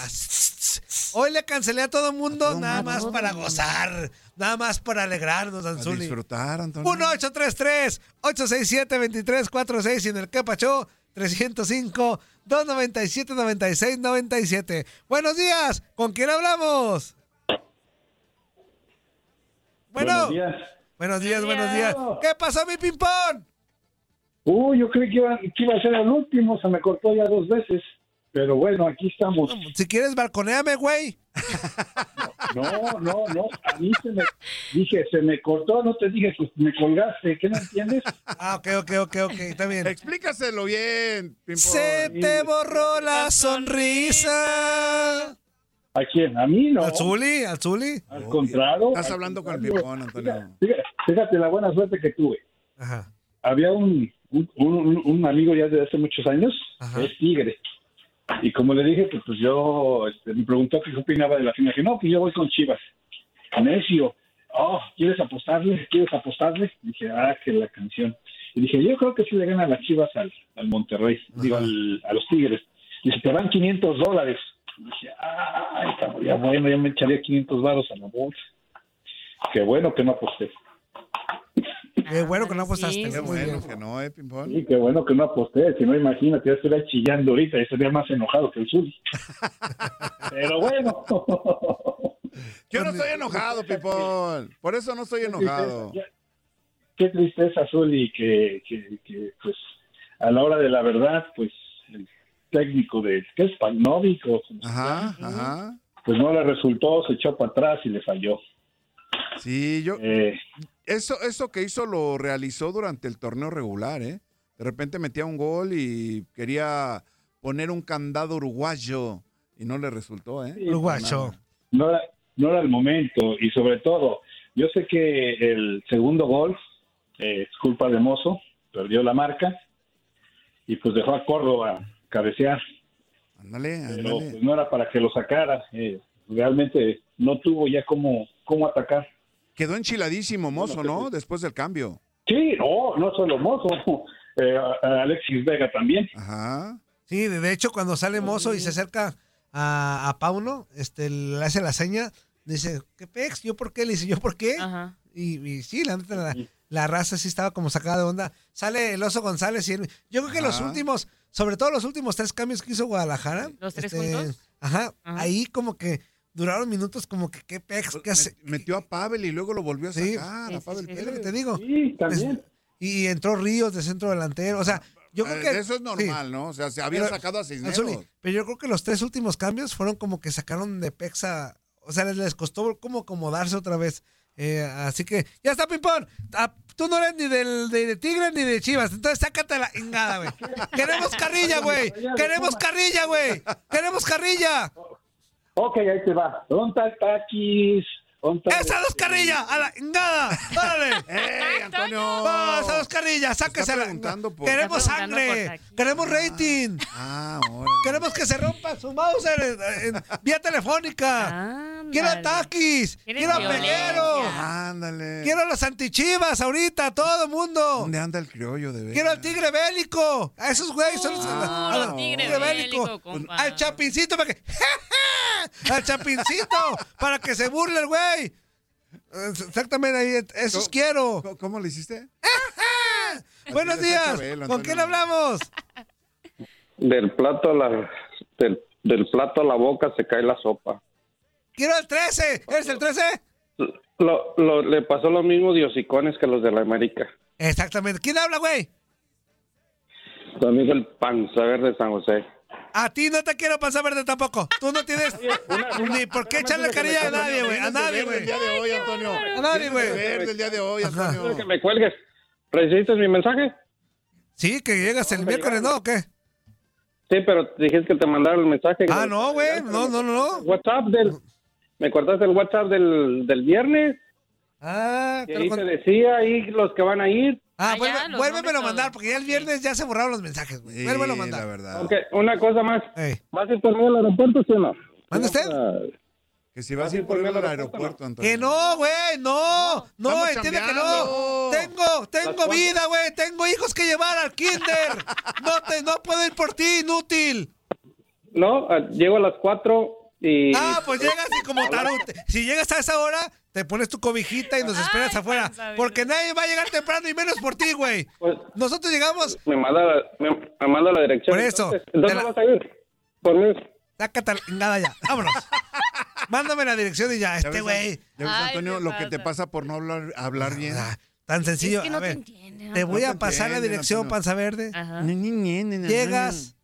Hoy le cancelé a todo el mundo, todo nada mundo. más para gozar, nada más para alegrarnos, A Anzuli. disfrutar, Antonio. 1-833-867-2346 y en el que pachó 305-297-9697. Buenos días, ¿con quién hablamos? Bueno, buenos días. ¿Qué pasó, mi ping-pong? Yo creí que iba a ser el último, se me cortó ya 2 veces. Pero bueno, aquí estamos. Si quieres, balconéame, güey. No, a mí se me cortó, no te dije que me colgaste, ¿qué no entiendes? Ah, ok, está bien. Explícaselo bien, Pimpón. Se te borró la sonrisa. ¿A quién? ¿A mí no? ¿Al Zuli? Al contrario. Estás hablando con el Pimpón, Antonio. Fíjate la buena suerte que tuve. Ajá. Había un amigo ya desde hace muchos años, Ajá. es Tigre. Y como le dije, pues yo, me preguntó qué opinaba de la final. Dije, no, pues yo voy con Chivas. Necio. ¿Quieres apostarle? Dije, que la canción. Y dije, yo creo que sí le ganan las Chivas al Monterrey, digo, a los Tigres. Dice, te van $500. Dije, cabrón, ya bueno, ya me echaría $500 a la bolsa. Qué bueno que no aposté. Qué bueno que no apostaste. Sí, Qué Muy bueno bien. que no, Pimpón. Sí, qué bueno que no aposté. Si no, imagínate, ya estaría chillando ahorita. Ya estaría más enojado que el Zuli. Pero bueno. Yo no estoy enojado, Pimpón. Por eso no estoy enojado. Qué tristeza, Zuli, que pues a la hora de la verdad, pues el técnico de ¿qué es? Pavlovich, o como se llama, Ajá. pues no le resultó, se echó para atrás y le falló. Sí, eso que hizo lo realizó durante el torneo regular, ¿eh? De repente metía un gol y quería poner un candado uruguayo y no le resultó, ¿eh? Uruguayo. No era el momento, y sobre todo, yo sé que el segundo gol es culpa de Mozo, perdió la marca y pues dejó a Córdoba cabecear. Ándale. Pero pues, no era para que lo sacara. Realmente no tuvo ya cómo atacar. Quedó enchiladísimo Mozo, ¿no? Después del cambio. Sí, no solo Mozo. Alexis Vega también. Ajá. Sí, de hecho, cuando sale Mozo y se acerca a Pauno, le hace la seña, dice, ¿qué pex? ¿Yo por qué? Le dice, ¿yo por qué? Ajá. Y sí, la neta, la raza sí estaba como sacada de onda. Sale el Oso González y yo creo que los últimos, sobre todo los últimos 3 cambios que hizo Guadalajara. ¿Los 3 juntos? Ajá, ahí como que duraron minutos como que, ¿qué pex? ¿Qué hace? Metió a Pavel y luego lo volvió a sacar. Sí, a Pavel es lo que te digo. Sí, también. Y entró Ríos de centro delantero, o sea... Yo creo que eso es normal, ¿no? O sea, se había sacado a Cisneros. Pero yo creo que los 3 últimos cambios fueron como que sacaron de Pexa. O sea, les costó como acomodarse otra vez. Así que, ya está, Pimpón. Tú no eres ni de Tigre ni de Chivas. Entonces, sácate la ingada, güey. Queremos carrilla, güey. Queremos carrilla, güey. Queremos carrilla. Ok, ahí te va. ¿Dónde está el taquis? ¡Esa dos carrilla! ¡A la ingada! ¡Órale! Antonio! ¡Oh, esa dos carrillas! ¡Sáquesela! ¡Queremos sangre! ¡Queremos rating! ¡Queremos que se rompa su mouse vía telefónica! ¡Quiero a Taquis! ¡Quiero a Peguero! ¡Ándale! ¡Quiero a los antichivas ahorita! ¡Todo el mundo! ¿Dónde anda el criollo de ver? ¡Quiero al tigre bélico! ¡A esos güeyes son los tigre bélico, compa. ¡Al chapincito para que... ¡Al chapincito! ¡Para que se burle el güey! Exactamente, ahí, esos quiero. ¿Cómo le hiciste? Buenos días. ¿Con quién hablamos? Del plato a la boca se cae la sopa. Quiero el 13. ¿Eres el 13? Le pasó lo mismo de hocicones que los de la América. Exactamente. ¿Quién habla, güey? Tu amigo el Panza Verde de San José. A ti no te quiero pasar verde tampoco. Tú no tienes ni por qué echarle carilla a nadie, güey. A nadie, güey. El día de hoy, Antonio. A nadie, güey. El día de hoy, Antonio. Que me cuelgues. ¿Recibiste mi mensaje? Sí, que llegas el miércoles, ¿no? ¿O qué? Sí, pero dijiste que te mandaron el mensaje. Ah, no, güey. No. WhatsApp me cortaste el WhatsApp del viernes. Ah, y ahí te decía ahí los que van a ir. Ah, vuélvemelo a mandar, porque ya el viernes ya se borraron los mensajes, güey. Vuélvelo a mandar. La verdad. Ok, una cosa más. ¿Vas a ir por mí al aeropuerto, sí o no? ¿Mande usted? Que si vas a ir por mí al aeropuerto, Antonio. Que no, güey, no, entiende que no. Tengo vida, güey, tengo hijos que llevar al kinder. No puedo ir por ti, inútil. No, llego a las 4 y... pues llegas y como tarute. Si llegas a esa hora, te pones tu cobijita y nos esperas afuera. Porque nadie va a llegar temprano y menos por ti, güey. Pues, nosotros llegamos... Me manda la dirección. Por eso. ¿Dónde vas a ir? Por mí. Sácate nada ya. Vámonos. Mándame la dirección y ya. Güey. ¿Ya ves, Antonio, lo que te pasa por no hablar bien? Tan sencillo. Es que no a ver, te entiende, te voy a pasar la dirección, Panza Verde. Ajá. Llegas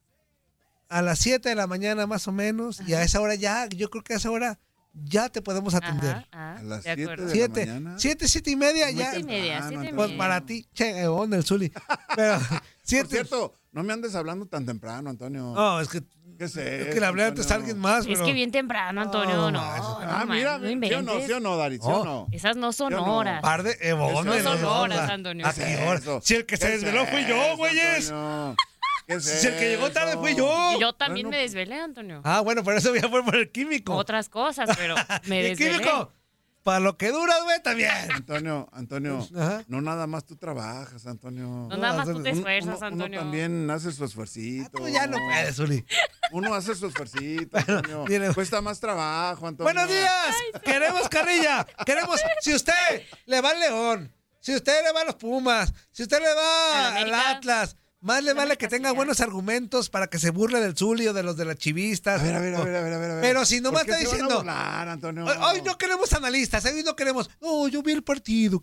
a las 7 de la mañana más o menos. Y a esa hora yo creo que a esa hora ya te podemos atender. A las 7 de la mañana. 7 y media ya. 7:30. Pues para ti, el Zuli. Pero 7. Por cierto, no me andes hablando tan temprano, Antonio. No, es que... ¿Qué sé? Es que le hablé antes a alguien más, Es que bien temprano, Antonio, no. Mira, no inventes. ¿sí o no, Dari? ¿Sí o no? Esas no son horas. Par de no son horas, Antonio. ¿A qué hora? Si el que se desveló fui yo, güeyes. Si el que llegó tarde fui yo. Y yo también me desvelé, Antonio. Bueno, por eso ya fue por el químico. Otras cosas, pero me desvelé. Químico, para lo que dura, güey, también. Antonio, no nada más tú trabajas, Antonio. No nada más tú te esfuerzas, Antonio. Uno también hace su esfuercito. Tú ya no puedes, Zuli. Uno hace su esfuercito, Antonio. Cuesta más trabajo, Antonio. ¡Buenos días! Queremos carrilla. Si usted le va al León, si usted le va a los Pumas, si usted le va al Atlas, más le vale que tenga buenos argumentos para que se burle del Zuli o de los de las chivistas. A ver. Pero si nomás está diciendo... Antonio? Hoy no queremos analistas, hoy no queremos... No, yo vi el partido.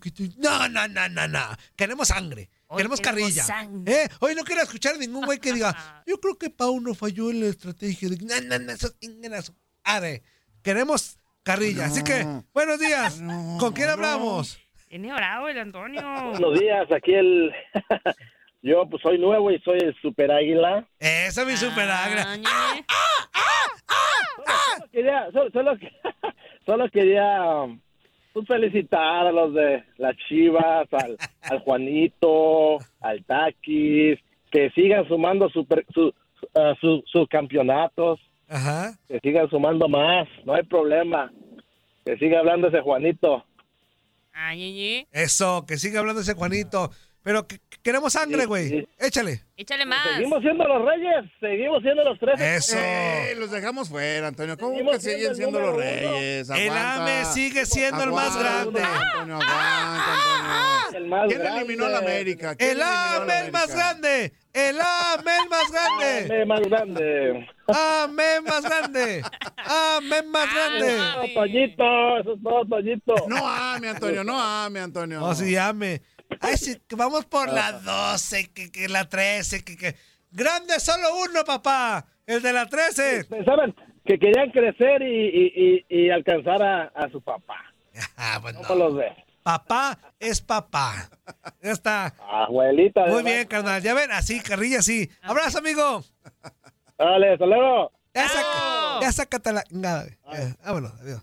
No. Queremos sangre. Queremos carrilla. Hoy no quiero escuchar a ningún güey que diga, yo creo que Pau no falló en la estrategia. No, eso es queremos carrilla. Así que, buenos días. ¿Con quién hablamos? Tiene bravo el Antonio. Buenos días, aquí yo pues soy nuevo y soy el Super Águila. Esa es mi Super Águila. Solo quería pues felicitar a los de las Chivas, al Juanito, al Taquis, que sigan sumando sus campeonatos, Ajá. que sigan sumando más, no hay problema, que siga hablando ese Juanito. Ay. Eso, que siga hablando ese Juanito. Pero queremos sangre, güey. Sí. Échale. Échale más. Seguimos siendo los Reyes, seguimos siendo los 13. Eso. Los dejamos fuera, Antonio. ¿Cómo Seguimos que siguen siendo el siendo los número uno. Reyes? El Aguanta. AME sigue siendo el más grande. Antonio, aguanta, Antonio. El más ¿Quién grande. eliminó a la América? ¿Quién El eliminó a la AME el más América? grande. El AME el más grande. El más grande. AME más grande. AME más grande. No, Toñito, eso es todo, Toñito. No ame, Antonio, no ame, Antonio. No, sí, AME. Ay, sí, que vamos por la 12, que la 13, que... Grande solo uno, papá. El de la 13. Pensaban que querían crecer y alcanzar a su papá. Ah, pues ¿Cómo los ves? Papá es papá. Ya está. Abuelita. Muy además. bien, carnal. Ya ven, así, carrilla, así. Abrazo, amigo. Dale, hasta luego. Ya sácate la... Nada, vámonos, adiós.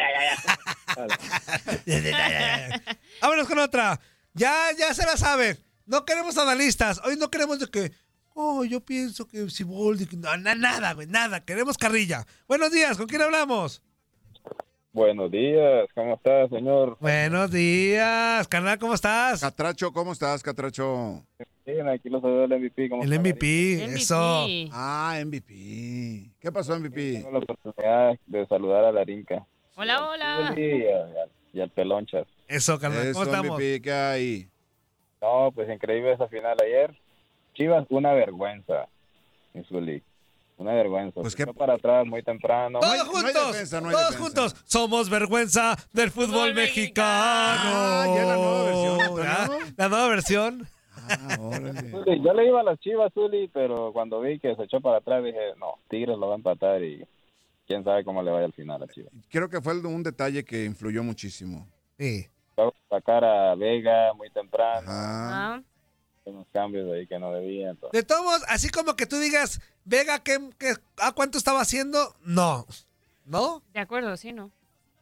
Vámonos con otra. Ya se la saben. No queremos analistas. Hoy no queremos de que... yo pienso que Siboldi... No, nada, güey, nada. Queremos carrilla. Buenos días, ¿con quién hablamos? Buenos días, ¿cómo estás, señor? Buenos días, carnal, ¿cómo estás? Catracho, ¿cómo estás, Catracho? Bien, aquí lo saluda el MVP. ¿Cómo El está, MVP, MVP. eso. Ah, MVP. ¿Qué pasó, MVP? Tengo la oportunidad de saludar a Larinka. Hola. Y al Pelonchas. Eso, carnal, ¿cómo Eso, estamos? MVP, ¿qué hay? No, pues increíble esa final ayer. Chivas, una vergüenza, Zuli. Una vergüenza. Pues Se qué- echó para atrás muy temprano. Todos no hay juntos, defensa, no hay todos defensa. juntos. Somos vergüenza del fútbol mexicano. Ah, ya la nueva versión, Antonio. Ya, la nueva versión. Ah, órale. Zuli, yo le iba a las Chivas, Zuli, pero cuando vi que se echó para atrás dije, no, Tigres lo va a empatar y quién sabe cómo le vaya al final a Chivas. Creo que fue un detalle que influyó muchísimo. Sí. Va a sacar a Vega muy temprano, Ajá. Ah, unos cambios ahí que no debía. Entonces. De todos modos, así como que tú digas, Vega, ¿cuánto estaba haciendo? No. ¿No? de acuerdo, sí, ¿no?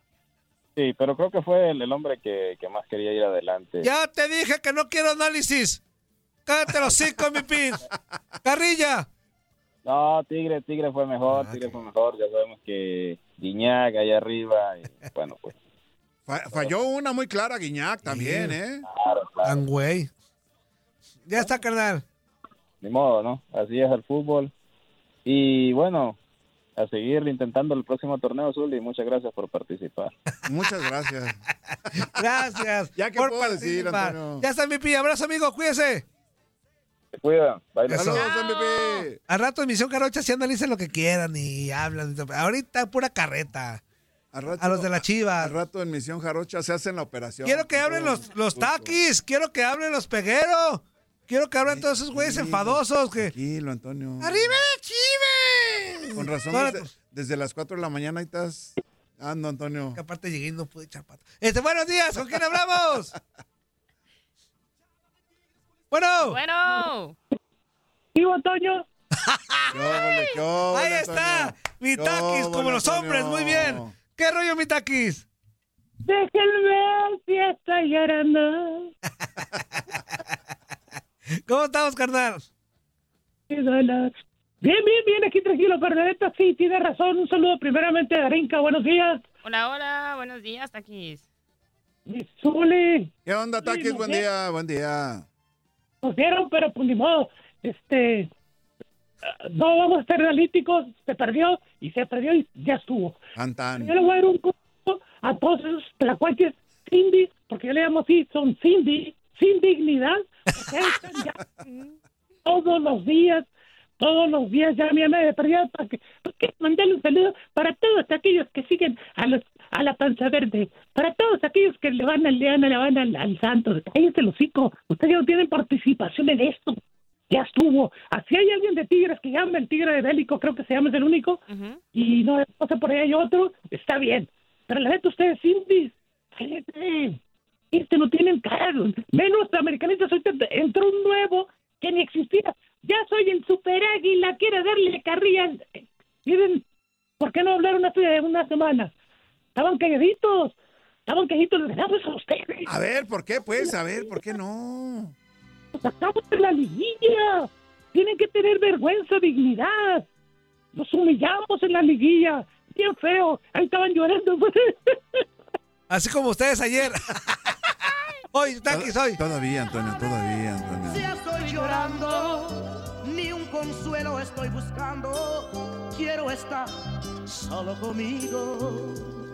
Sí, pero creo que fue el hombre que más quería ir adelante. Ya te dije que no quiero análisis. Cállate los 5, mi pin. Carrilla. No, Tigre fue mejor, Tigre fue mejor. Ya sabemos que Guiñac allá arriba, y bueno, pues. Falló una muy clara Guiñac también, ¿eh? Claro. Tan güey. Ya está, carnal. Ni modo, ¿no? Así es el fútbol. Y bueno, a seguir intentando el próximo torneo, Zuli. Muchas gracias por participar. Muchas gracias. Gracias. Ya que por puedo decir, participar. Antonio. Ya está, mi pin. Abrazo, amigo. Cuídese. Se cuidan. Bye. Eso. Saludos, MVP. Al rato en Misión Carocha sí analicen lo que quieran y hablan. Ahorita pura carreta. A los de la Chivas. Al rato en Misión Jarocha se hacen la operación. Quiero que hablen los taquis. Quiero que hablen los pegueros. Quiero que hablen todos esos güeyes enfadosos que... Tranquilo, Antonio. ¡Arriba Chivas! Con razón, Ahora, desde las 4 de la mañana ahí estás... Ando, Antonio. que aparte llegué y no pude echar pata. Buenos días, ¿con quién hablamos? Bueno. Bueno. ¿Vivo, Antonio? ¿Qué óvole, Ahí está, Antonio? mi ¿Qué taquis, óvole, como los Antonio? hombres, muy bien. ¿Qué rollo, mi taquis? Déjenme si estoy llorando. ¿Cómo estamos, carnal? Bien, aquí tranquilo, pero la neta sí, tiene razón. Un saludo primeramente a Darinka, buenos días. Hola, buenos días, Taquis. Zuli, ¿Qué onda, Taquis? Sí, Buen ¿no? día, buen día. nos dieron, pero pues ni modo. No vamos a ser analíticos, se perdió y ya estuvo. Tan. Yo le voy a dar un punto a todos esos tlacuaches Cindy, porque yo le llamo así, son Cindy, sin dignidad. Porque ahí están ya todos los días ya me perdía para que mandarle un saludo para todos aquellos que siguen a la panza verde, para todos aquellos que le van al Santos. Cállate el hocico, ustedes ya no tienen participación en esto. Ya estuvo. Así hay alguien de Tigres que llama el Tigre de Bélico, creo que se llama, es el único, y no sé, por ahí hay otro, está bien. Pero la neta, ustedes, Cindy, cállate. No tienen cara. Menos americanistas, ahorita entró un nuevo que ni existía. Ya soy el super águila, quiere darle carrilla. Miren, ¿por qué no hablaron hace una semana? Estaban calladitos. estaban quejitos los ganados a ustedes. A ver, ¿por qué, pues? A ver, ¿por qué no? Los sacamos de la liguilla. Tienen que tener vergüenza, dignidad. Los humillamos en la liguilla. Bien feo. Ahí estaban llorando. Así como ustedes ayer. Hoy, Taquis, hoy. Todavía, Antonio. Si estoy llorando, ni un consuelo estoy buscando. Quiero estar solo conmigo.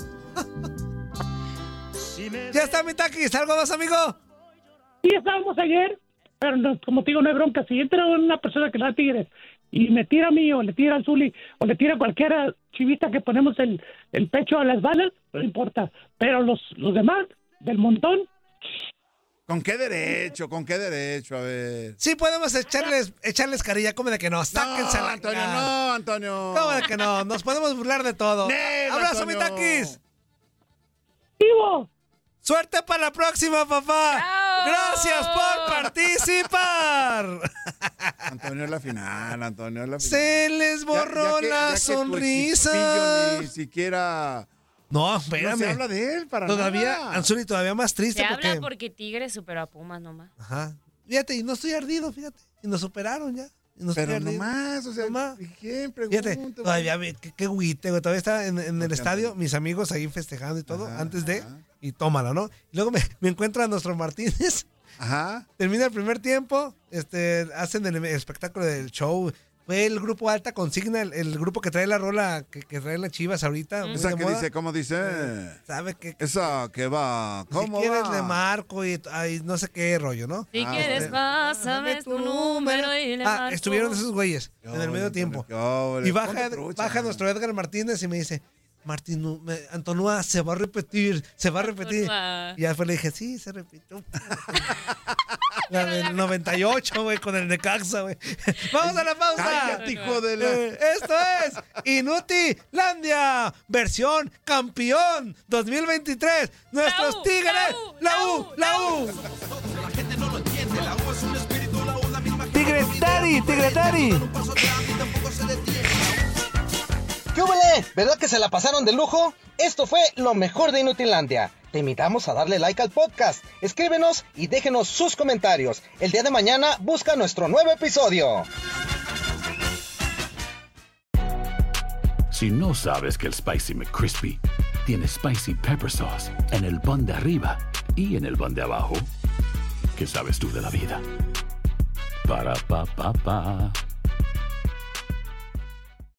Ya está, mi Taquis. ¿Algo más, amigo? Sí, estábamos ayer, pero no, como te digo, no hay bronca. Si entra una persona que da tigres y me tira a mí, o le tira al Zuli, o le tira a cualquiera chivista que ponemos el pecho a las balas, no importa. Pero los demás, del montón... ¿Con qué derecho? A ver. Sí, podemos echarles carilla. ¿Cómo de que no? Sáquense la Antonio, cara. no, Antonio. ¿Cómo de que no? Nos podemos burlar de todo. ¡Abrazo, Antonio! mi Taquis! ¡Vivo! ¡Suerte para la próxima, papá! ¡Chao! ¡Gracias por participar! Antonio es la final. Se les borró la sonrisa. Tu equipillo ni siquiera... No, espérame. No se habla de él para todavía, nada. Anzuli, todavía más triste. Se habla porque Tigres superó a Pumas nomás. Ajá. Fíjate, y no estoy ardido, fíjate. Y nos superaron ya. Y no Pero estoy ardido. nomás, o sea, ¿quién pregunta? Fíjate, todavía, qué güite, güey. Todavía estaba en el estadio, mis amigos ahí festejando y todo, antes de, y tómala, ¿no? Y luego me encuentro a nuestro Martínez. Ajá. Termina el primer tiempo, hacen el espectáculo del show. Fue el grupo Alta Consigna, el grupo que trae la rola, que trae las Chivas ahorita. Esa que dice, ¿cómo dice? ¿Sabe qué? Esa que va, ¿cómo si quieres va? le marco y no sé qué rollo, ¿no? Si quieres pásame tu número y le marco. Estuvieron esos güeyes en el medio tiempo. Y baja nuestro Edgar Martínez y me dice, Martín, Antonua, se va a repetir. Antonua. Y después le dije, sí, se repitió. La del 98, güey, con el Necaxa, güey. Vamos a la pausa. Cállate, hijo de la... Esto es Inutilandia, versión campeón 2023. Nuestros Tigres, la U. Tigretari. ¿Qué huele? ¿Verdad que se la pasaron de lujo? Esto fue lo mejor de Inutilandia. Te invitamos a darle like al podcast, escríbenos y déjenos sus comentarios. El día de mañana busca nuestro nuevo episodio. Si no sabes que el Spicy McCrispy tiene Spicy Pepper Sauce en el pan de arriba y en el pan de abajo, ¿qué sabes tú de la vida? Para, pa, pa, pa.